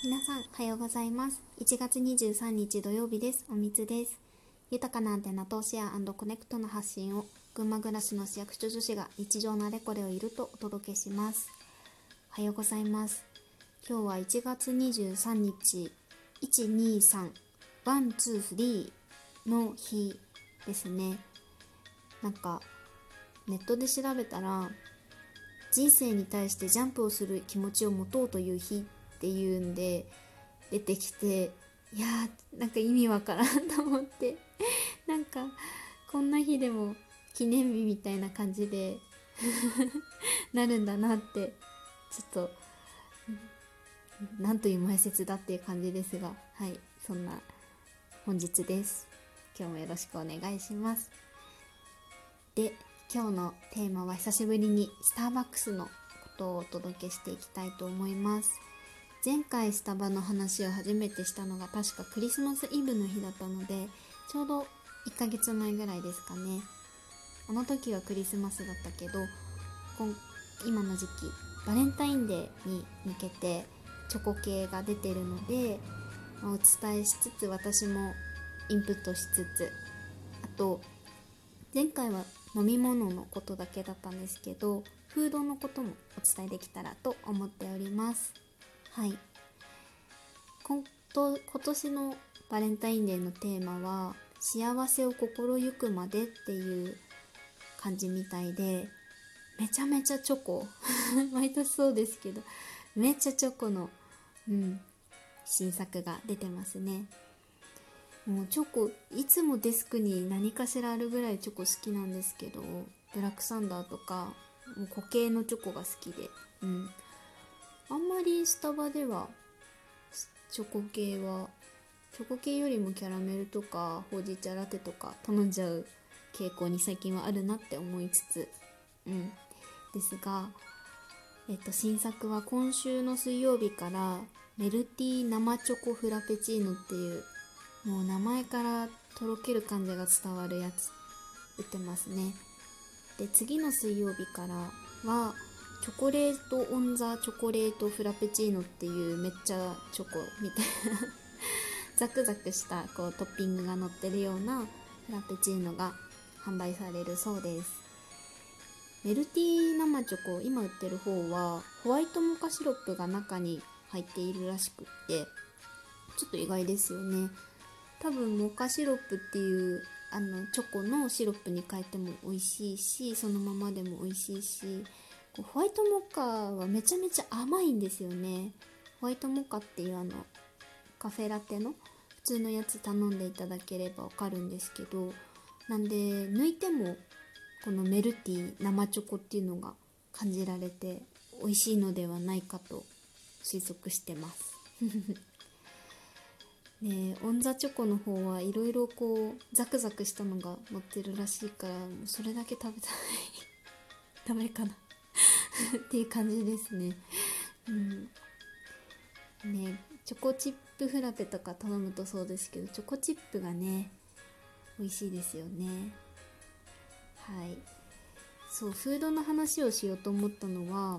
皆さんおはようございます。1月23日土曜日です。おみつです。豊かなアンテナとシェア&コネクトの発信を群馬暮らしの市役所女子が日常のあれこれをいるとお届けします。おはようございます。今日は1月23日123 1,2,3の日ですね。なんかネットで調べたら、人生に対してジャンプをする気持ちを持とうという日っていうんで出てきて、いやーなんか意味わからんと思ってなんかこんな日でも記念日みたいな感じでなるんだなって、ちょっとなんという前説だっていう感じですが、はい、そんな本日です。今日もよろしくお願いします。で、今日のテーマは久しぶりにスターバックスのことをお届けしていきたいと思います。前回スタバの話を初めてしたのが確かクリスマスイブの日だったので、ちょうど1ヶ月前ぐらいですかね。あの時はクリスマスだったけど、今の時期バレンタインデーに向けてチョコ系が出てるので、お伝えしつつ私もインプットしつつ、あと前回は飲み物のことだけだったんですけど、フードのこともお伝えできたらと思っております。はい。今年のバレンタインデーのテーマは幸せを心ゆくまでっていう感じみたいで、めちゃめちゃチョコ毎年そうですけど、めっちゃチョコの、新作が出てますね。もうチョコいつもデスクに何かしらあるぐらいチョコ好きなんですけど、ブラックサンダーとかもう固形のチョコが好きで、あんまりスタバではチョコ系よりもキャラメルとかほうじ茶ラテとか頼んじゃう傾向に最近はあるなって思いつつ、ですが、新作は今週の水曜日からメルティー生チョコフラペチーノっていう、もう名前からとろける感じが伝わるやつ売ってますね。で、次の水曜日からはチョコレートオンザチョコレートフラペチーノっていうめっちゃチョコみたいなザクザクしたトッピングが乗ってるようなフラペチーノが販売されるそうです。メルティー生チョコ、今売ってる方はホワイトモカシロップが中に入っているらしくって、ちょっと意外ですよね。多分モカシロップっていうチョコのシロップに変えても美味しいし、そのままでも美味しいし、ホワイトモカはめちゃめちゃ甘いんですよね。ホワイトモカっていうカフェラテの普通のやつ頼んでいただければわかるんですけど、なんで抜いてもこのメルティー生チョコっていうのが感じられて美味しいのではないかと推測してますね。オンザチョコの方はいろいろザクザクしたのが乗ってるらしいから、もうそれだけ食べたいダメかなっていう感じですね。ね、チョコチップフラペとか頼むとそうですけど、チョコチップがね美味しいですよね。はい。そう、フードの話をしようと思ったのは、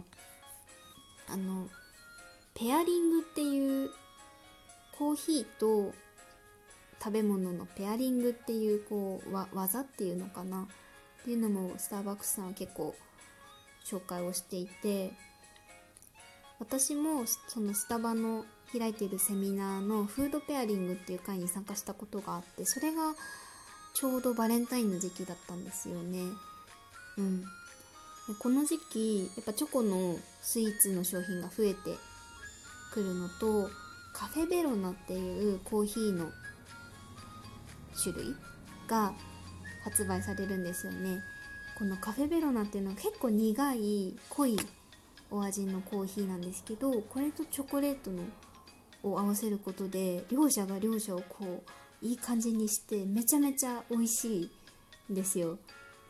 ペアリングっていう、コーヒーと食べ物のペアリングっていう技っていうのかなっていうのもスターバックスさんは結構紹介をしていて、私もそのスタバの開いているセミナーのフードペアリングっていう会に参加したことがあって、それがちょうどバレンタインの時期だったんですよね。でこの時期やっぱチョコのスイーツの商品が増えてくるのと、カフェベロナっていうコーヒーの種類が発売されるんですよね。このカフェベロナっていうのは結構苦い濃いお味のコーヒーなんですけど、これとチョコレートを合わせることで両者が両者をいい感じにしてめちゃめちゃ美味しいんですよ。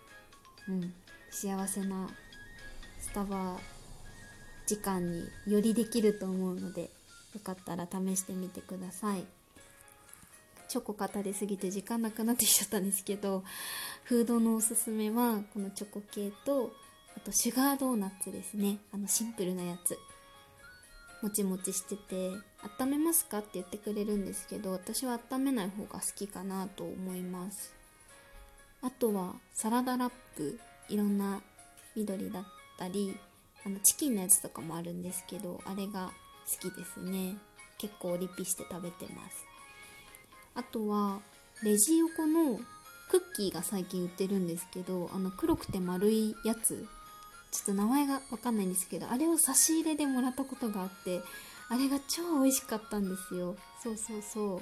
幸せなスタバ時間によりできると思うので、よかったら試してみてください。チョコ語りすぎて時間なくなってきちゃったんですけど、フードのおすすめはこのチョコ系と、あとシュガードーナツですね。シンプルなやつもちもちしてて、温めますかって言ってくれるんですけど、私は温めない方が好きかなと思います。あとはサラダラップ、いろんな緑だったり、チキンのやつとかもあるんですけど、あれが好きですね。結構リピして食べてます。あとはレジ横のクッキーが最近売ってるんですけど、黒くて丸いやつ、ちょっと名前がわかんないんですけど、あれを差し入れでもらったことがあって、あれが超美味しかったんですよ。そうそうそう。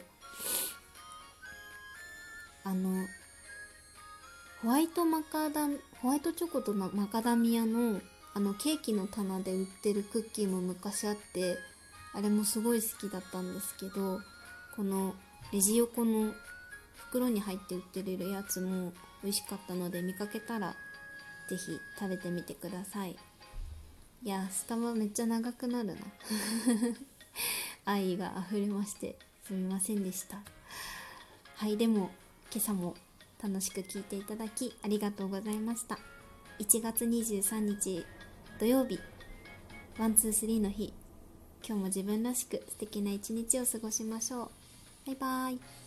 ホワイトチョコとマカダミアのケーキの棚で売ってるクッキーも昔あって、あれもすごい好きだったんですけど、このレジ横の袋に入って売ってるやつも美味しかったので、見かけたらぜひ食べてみてください。いや、スタバめっちゃ長くなるな愛が溢れましてすみませんでした。はい、でも今朝も楽しく聞いていただきありがとうございました。1月23日土曜日、123の日、今日も自分らしく素敵な一日を過ごしましょう。バイバイ。